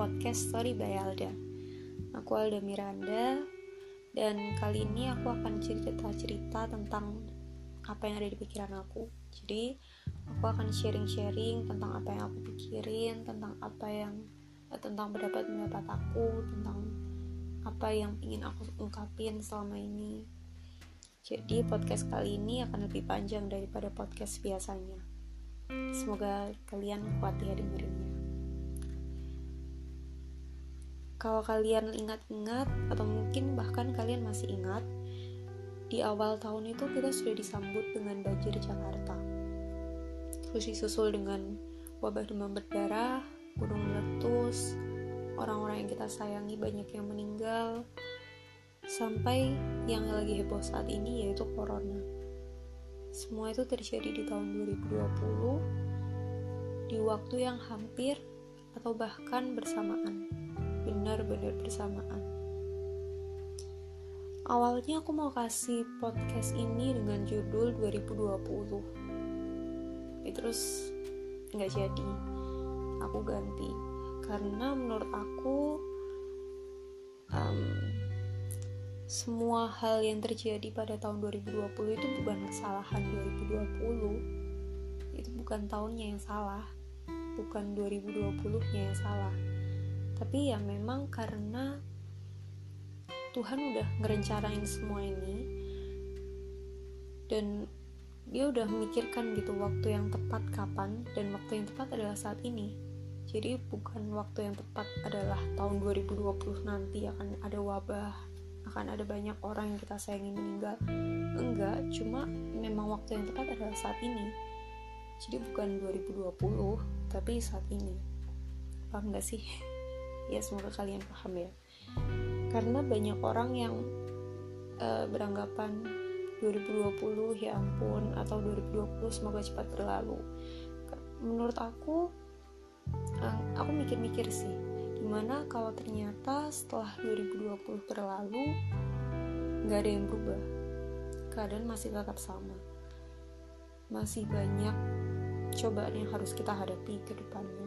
podcast Story by Alda. Aku Alda Miranda, dan kali ini aku akan cerita-cerita tentang apa yang ada di pikiran aku. Jadi aku akan sharing-sharing tentang apa yang aku pikirin, tentang pendapat aku, tentang apa yang ingin aku ungkapin selama ini. Jadi podcast kali ini akan lebih panjang daripada podcast biasanya. Semoga kalian kuat ya dengerinnya. Kalau kalian ingat-ingat, atau mungkin bahkan kalian masih ingat, di awal tahun itu kita sudah disambut dengan banjir Jakarta. Terus disusul dengan wabah demam berdarah, gunung meletus, orang-orang yang kita sayangi banyak yang meninggal, sampai yang lagi heboh saat ini yaitu corona. Semua itu terjadi di tahun 2020, di waktu yang hampir atau bahkan bersamaan. Benar-benar bersamaan. Awalnya aku mau kasih podcast ini dengan judul 2020. Terus nggak jadi. Aku ganti. Karena menurut aku semua hal yang terjadi pada tahun 2020 itu bukan kesalahan 2020. Itu bukan tahunnya yang salah. Bukan 2020-nya yang salah. Tapi ya memang karena Tuhan udah ngerencanain semua ini, dan dia udah memikirkan gitu waktu yang tepat kapan, dan waktu yang tepat adalah saat ini. Jadi bukan waktu yang tepat adalah tahun 2020 nanti akan ada wabah, akan ada banyak orang yang kita sayangi meninggal. Enggak, cuma memang waktu yang tepat adalah saat ini. Jadi bukan 2020, tapi saat ini. Paham gak sih? Ya semoga kalian paham ya. Karena banyak orang yang beranggapan 2020 ya ampun, atau 2020 semoga cepat berlalu. Menurut aku mikir-mikir sih, gimana kalau ternyata setelah 2020 berlalu gak ada yang berubah, keadaan masih tetap sama, masih banyak cobaan yang harus kita hadapi ke depannya.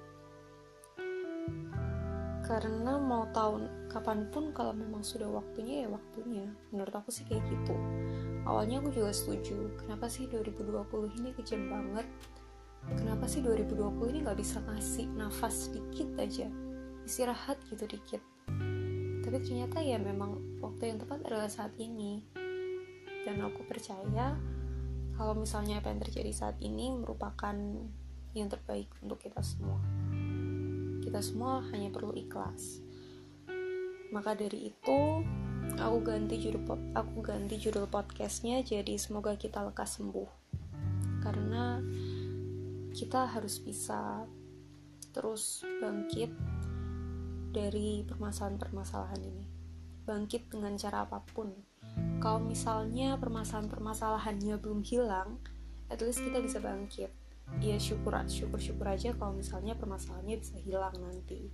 Karena mau tahun kapanpun, kalau memang sudah waktunya ya waktunya. Menurut aku sih kayak gitu. Awalnya aku juga setuju, kenapa sih 2020 ini kejam banget, kenapa sih 2020 ini gak bisa ngasih nafas dikit aja, istirahat gitu dikit. Tapi ternyata ya memang waktu yang tepat adalah saat ini. Dan aku percaya kalau misalnya apa yang terjadi saat ini merupakan yang terbaik untuk kita semua. Kita semua hanya perlu ikhlas. Maka dari itu aku ganti judul podcastnya jadi semoga kita lekas sembuh. Karena kita harus bisa terus bangkit dari permasalahan-permasalahan ini. Bangkit dengan cara apapun. Kalau misalnya permasalahan-permasalahannya belum hilang, at least kita bisa bangkit. Ya syukur aja kalau misalnya permasalahannya bisa hilang nanti.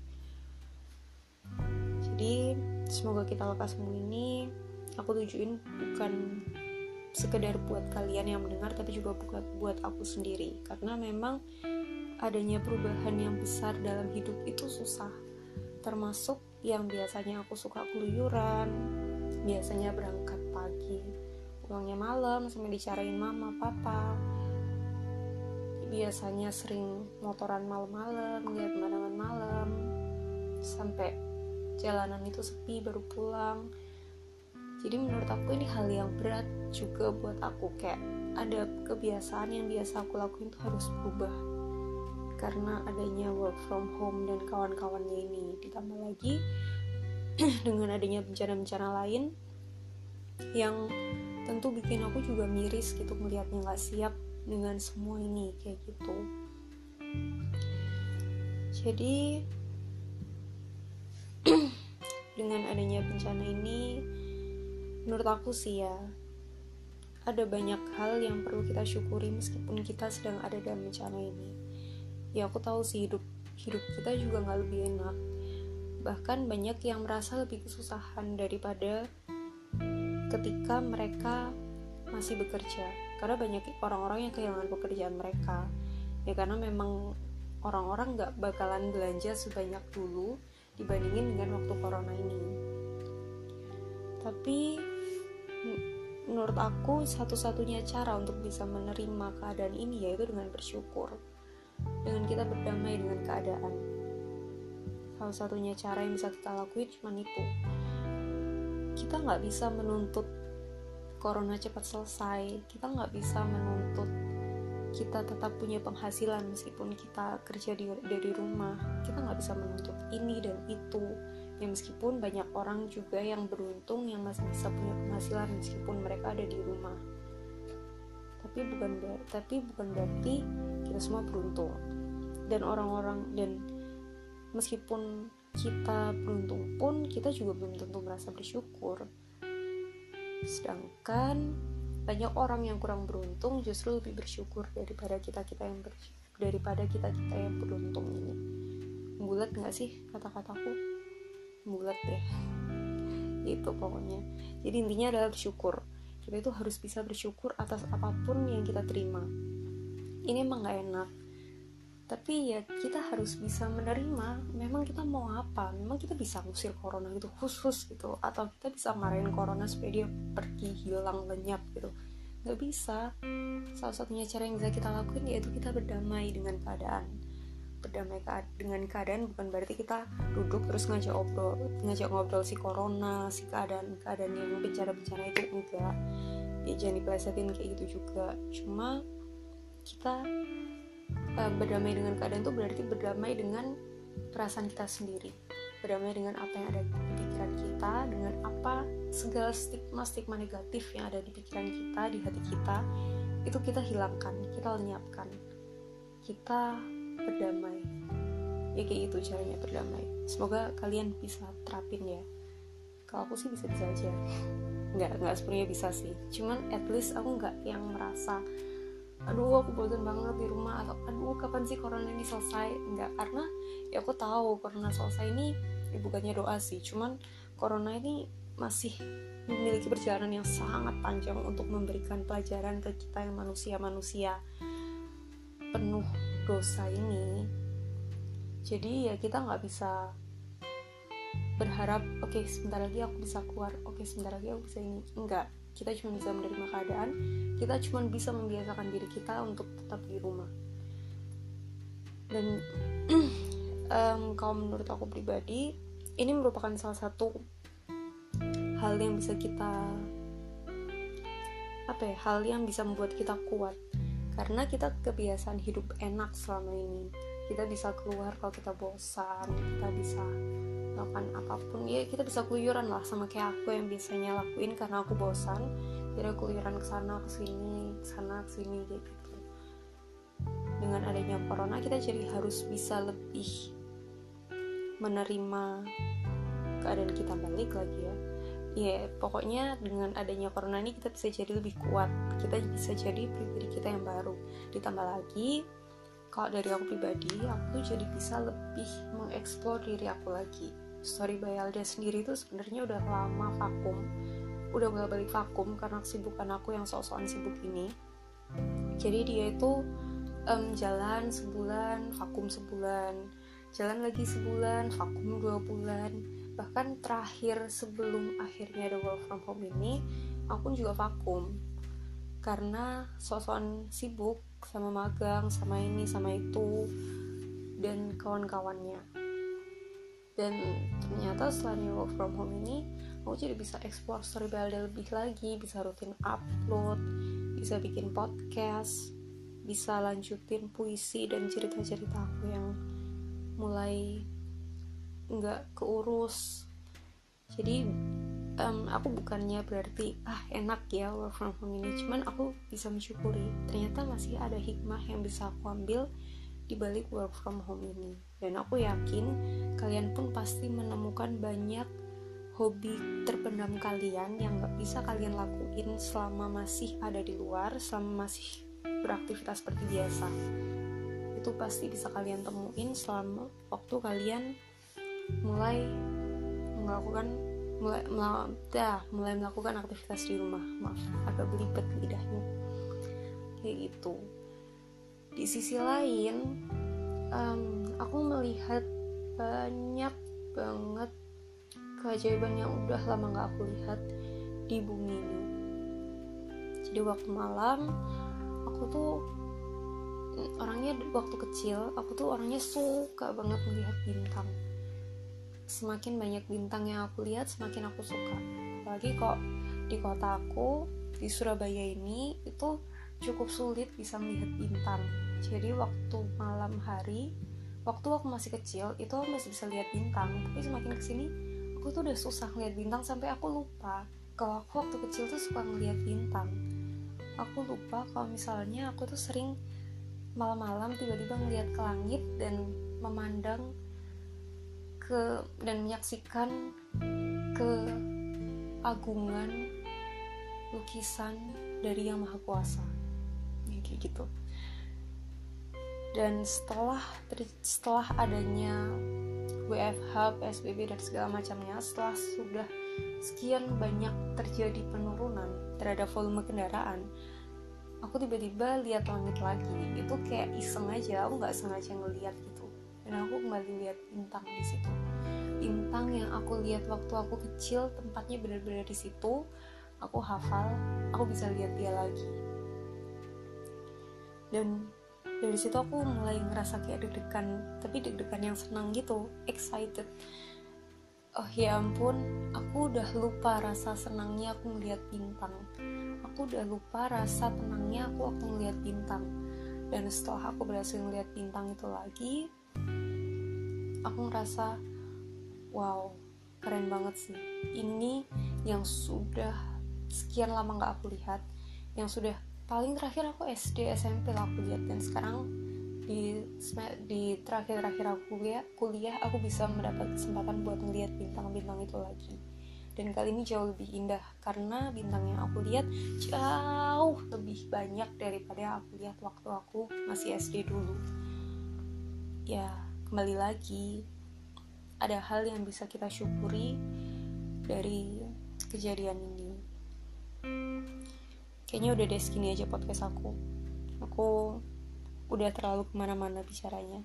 Jadi semoga kita lekas semua ini aku tujuin bukan sekedar buat kalian yang mendengar, tapi juga buat aku sendiri. Karena memang adanya perubahan yang besar dalam hidup itu susah. Termasuk yang biasanya aku suka keluyuran, biasanya berangkat pagi, pulangnya malam sampai dicarain mama, papa. Biasanya sering motoran malam-malam, lihat pemandangan malam, sampai jalanan itu sepi baru pulang. Jadi menurut aku ini hal yang berat juga buat aku. Kayak ada kebiasaan yang biasa aku lakuin tuh harus berubah karena adanya work from home dan kawan-kawannya ini. Ditambah lagi dengan adanya bencana-bencana lain yang tentu bikin aku juga miris gitu melihatnya gak siap dengan semua ini kayak gitu. Jadi dengan adanya bencana ini, menurut aku sih ya, ada banyak hal yang perlu kita syukuri meskipun kita sedang ada dalam bencana ini. Ya aku tahu sih hidup kita juga gak lebih enak. Bahkan banyak yang merasa lebih kesusahan daripada ketika mereka masih bekerja. Karena banyak orang-orang yang kehilangan pekerjaan mereka. Ya karena memang orang-orang gak bakalan belanja sebanyak dulu dibandingin dengan waktu corona ini. Tapi menurut aku satu-satunya cara untuk bisa menerima keadaan ini yaitu dengan bersyukur, dengan kita berdamai dengan keadaan. Salah satunya cara yang bisa kita lakuin cuma itu. Kita gak bisa menuntut corona cepat selesai, kita gak bisa menuntut kita tetap punya penghasilan meskipun kita kerja dari rumah. Kita gak bisa menuntut ini dan itu. Ya meskipun banyak orang juga yang beruntung yang masih bisa punya penghasilan meskipun mereka ada di rumah. Tapi bukan berarti kita semua beruntung. Dan meskipun kita beruntung pun kita juga belum tentu merasa bersyukur. Sedangkan banyak orang yang kurang beruntung justru lebih bersyukur daripada kita yang beruntung ini. Bulat nggak sih kata-kataku? Bulat deh. Itu pokoknya. Jadi intinya adalah bersyukur. Kita itu harus bisa bersyukur atas apapun yang kita terima. Ini emang nggak enak. Tapi ya kita harus bisa menerima. Memang kita mau apa? Memang kita bisa ngusir corona gitu khusus gitu, atau kita bisa marahin corona supaya dia pergi, hilang, lenyap gitu. Gak bisa. Salah satunya cara yang bisa kita lakuin yaitu kita berdamai dengan keadaan. Berdamai dengan keadaan bukan berarti kita duduk terus ngajak ngobrol si corona, si keadaan yang bencana itu, enggak. Ya jangan dipelesetin kayak gitu juga. Cuma kita berdamai dengan keadaan itu berarti berdamai dengan perasaan kita sendiri, berdamai dengan apa yang ada di pikiran kita, dengan apa segala stigma negatif yang ada di pikiran kita, di hati kita, itu kita hilangkan, kita lenyapkan, kita berdamai. Ya kayak gitu caranya berdamai. Semoga kalian bisa terapin ya. Kalau aku sih bisa-bisa aja. Nggak sebenarnya bisa sih. Cuman at least aku nggak yang merasa aduh aku bosan banget di rumah, atau aduh kapan sih corona ini selesai. Enggak, karena ya aku tahu corona selesai ini ya bukannya doa sih, cuman corona ini masih memiliki perjalanan yang sangat panjang untuk memberikan pelajaran ke kita yang manusia penuh dosa ini. Jadi ya kita nggak bisa berharap oke, sebentar lagi aku bisa keluar, oke sebentar lagi aku bisa ini. Enggak, kita cuma bisa menerima keadaan, kita cuma bisa membiasakan diri kita untuk tetap di rumah. Dan kalau menurut aku pribadi, ini merupakan salah satu hal yang bisa hal yang bisa membuat kita kuat, karena kita kebiasaan hidup enak selama ini. Kita bisa keluar kalau kita bosan, kita bisa melakukan apapun, ya kita bisa keluyuran lah, sama kayak aku yang biasanya lakuin karena aku bosan, jadi keluyuran kesana kesini kayak gitu. Dengan adanya corona kita jadi harus bisa lebih menerima keadaan kita balik lagi ya pokoknya dengan adanya corona ini kita bisa jadi lebih kuat, kita bisa jadi pribadi kita yang baru. Ditambah lagi kalau dari aku pribadi, aku jadi bisa lebih mengeksplor diri aku lagi. Story by Alda sendiri itu sebenarnya udah lama vakum, udah mulai balik vakum karena kesibukan aku yang sok-sokan sibuk ini. Jadi dia itu jalan sebulan, vakum sebulan, jalan lagi sebulan, vakum 2 bulan. Bahkan terakhir sebelum akhirnya ada work from home ini, aku juga vakum karena sok-sokan sibuk sama magang, sama ini, sama itu, dan kawan-kawannya. Dan ternyata setelah work from home ini, aku jadi bisa explore story by Alda lebih lagi, bisa rutin upload, bisa bikin podcast, bisa lanjutin puisi dan cerita-cerita aku yang mulai nggak keurus. Jadi aku bukannya berarti enak ya work from home ini, cuman aku bisa mensyukuri ternyata masih ada hikmah yang bisa aku ambil di balik work from home ini. Dan aku yakin kalian pun pasti menemukan banyak hobi terpendam kalian yang gak bisa kalian lakuin selama masih ada di luar, selama masih beraktivitas seperti biasa. Itu pasti bisa kalian temuin selama waktu kalian mulai melakukan aktivitas di rumah. Maaf, agak belibet lidahnya kayak gitu. Di sisi lain, aku melihat banyak banget keajaiban yang udah lama gak aku lihat di bumi ini. Jadi waktu malam aku tuh orangnya, waktu kecil aku tuh orangnya suka banget melihat bintang. Semakin banyak bintang yang aku lihat, semakin aku suka. Apalagi kok di kota aku, di Surabaya ini, itu cukup sulit bisa melihat bintang. Jadi waktu malam hari, waktu aku masih kecil, itu aku masih bisa lihat bintang. Tapi semakin kesini, aku tuh udah susah ngeliat bintang sampai aku lupa kalau aku waktu kecil tuh suka ngeliat bintang. Aku lupa kalau misalnya aku tuh sering malam-malam tiba-tiba ngeliat ke langit dan memandang dan menyaksikan keagungan lukisan dari Yang Maha Kuasa, kayak gitu. Dan setelah adanya WFH, PSBB dan segala macamnya, setelah sudah sekian banyak terjadi penurunan terhadap volume kendaraan, aku tiba-tiba lihat langit lagi. Itu kayak iseng aja, aku nggak sengaja ngeliat gitu. Dan aku kembali lihat bintang di situ. Bintang yang aku lihat waktu aku kecil, tempatnya benar-benar di situ. Aku hafal, aku bisa lihat dia lagi. Dan dari situ aku mulai ngerasa kayak deg-degan, tapi deg-degan yang senang gitu, excited. Oh ya ampun, aku udah lupa rasa senangnya aku melihat bintang. Aku udah lupa rasa tenangnya aku waktu melihat bintang. Dan setelah aku berhasil melihat bintang itu lagi, aku ngerasa wow, keren banget sih. Ini yang sudah sekian lama gak aku lihat, yang sudah paling terakhir aku SD, SMP lah aku lihat. Dan sekarang di terakhir aku kuliah aku bisa mendapat kesempatan buat ngelihat bintang-bintang itu lagi. Dan kali ini jauh lebih indah karena bintang yang aku lihat jauh lebih banyak daripada aku lihat waktu aku masih SD dulu. Ya, kembali lagi, ada hal yang bisa kita syukuri dari kejadian ini. Kayaknya udah deh segini aja podcast aku. Aku udah terlalu kemana-mana bicaranya.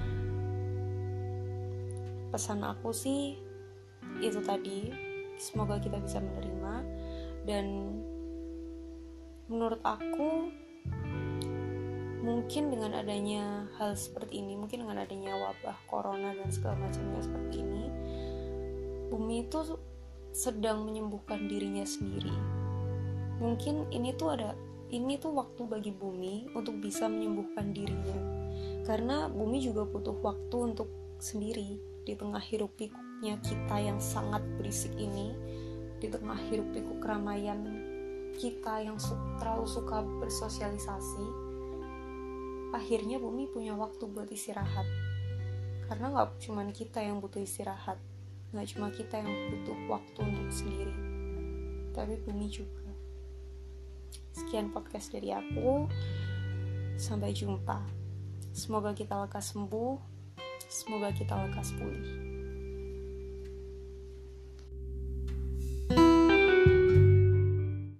Pesan aku sih itu tadi, semoga kita bisa menerima. Dan menurut aku, mungkin dengan adanya hal seperti ini, mungkin dengan adanya wabah corona dan segala macamnya seperti ini, bumi itu sedang menyembuhkan dirinya sendiri. Mungkin ini tuh waktu bagi bumi untuk bisa menyembuhkan dirinya, karena bumi juga butuh waktu untuk sendiri di tengah hiruk pikuknya kita yang sangat berisik ini, di tengah hiruk pikuk keramaian kita yang terlalu suka bersosialisasi. Akhirnya bumi punya waktu buat istirahat, karena gak cuma kita yang butuh istirahat, gak cuma kita yang butuh waktu untuk sendiri, tapi bumi juga. Sekian podcast dari aku, sampai jumpa. Semoga kita lekas sembuh, semoga kita lekas pulih.